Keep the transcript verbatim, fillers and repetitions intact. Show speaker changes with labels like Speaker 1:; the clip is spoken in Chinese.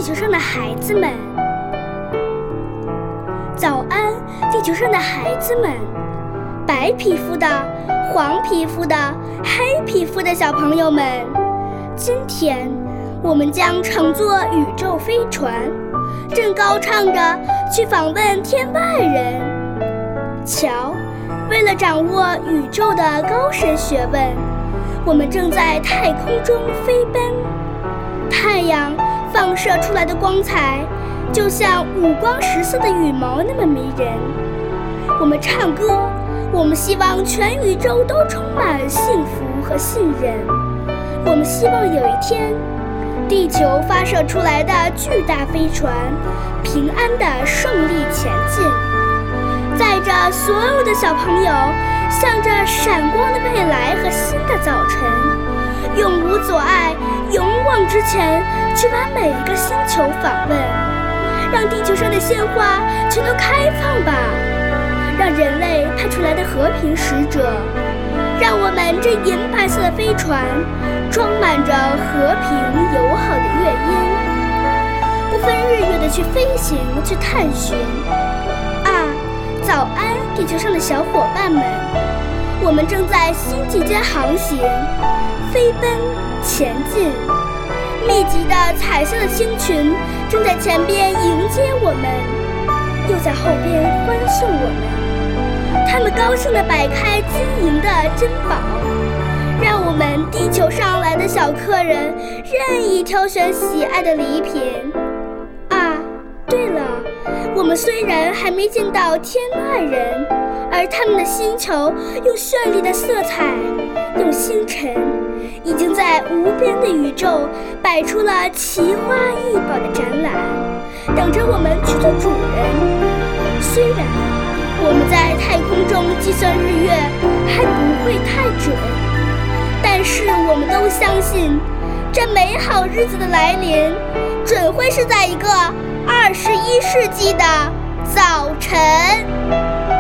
Speaker 1: 地球上的孩子们！早安，地球上的孩子们！白皮肤的、黄皮肤的、黑皮肤的小朋友们，今天我们将乘坐宇宙飞船，正高唱着去访问天外人。瞧，为了掌握宇宙的高深学问，我们正在太空中飞奔。太阳放射出来的光彩，就像五光十色的羽毛那么迷人。我们唱歌，我们希望全宇宙都充满幸福和信任。我们希望有一天，地球发射出来的巨大飞船平安地顺利前进，载着所有的小朋友，向着闪光的未来和新的早晨，永无阻碍，勇往直前，去把每一个星球访问，让地球上的鲜花全都开放吧，让人类派出来的和平使者，让我们这银白色的飞船装满着和平友好的乐音，不分日月的去飞行，去探寻。啊，早安，地球上的小伙伴们！我们正在星际间航行，飞奔前进。密集的彩色的星群正在前边迎接我们，又在后边欢送我们。他们高兴地摆开金银的珍宝，让我们地球上来的小客人任意挑选喜爱的礼品。啊，对了，我们虽然还没见到天外人，而他们的星球用绚丽的色彩，用星辰，已经在无边的宇宙摆出了奇花异宝的展览，等着我们去做主人。虽然我们在太空中计算日月还不会太准，但是我们都相信，这美好日子的来临，准会是在一个二十一世纪的早晨。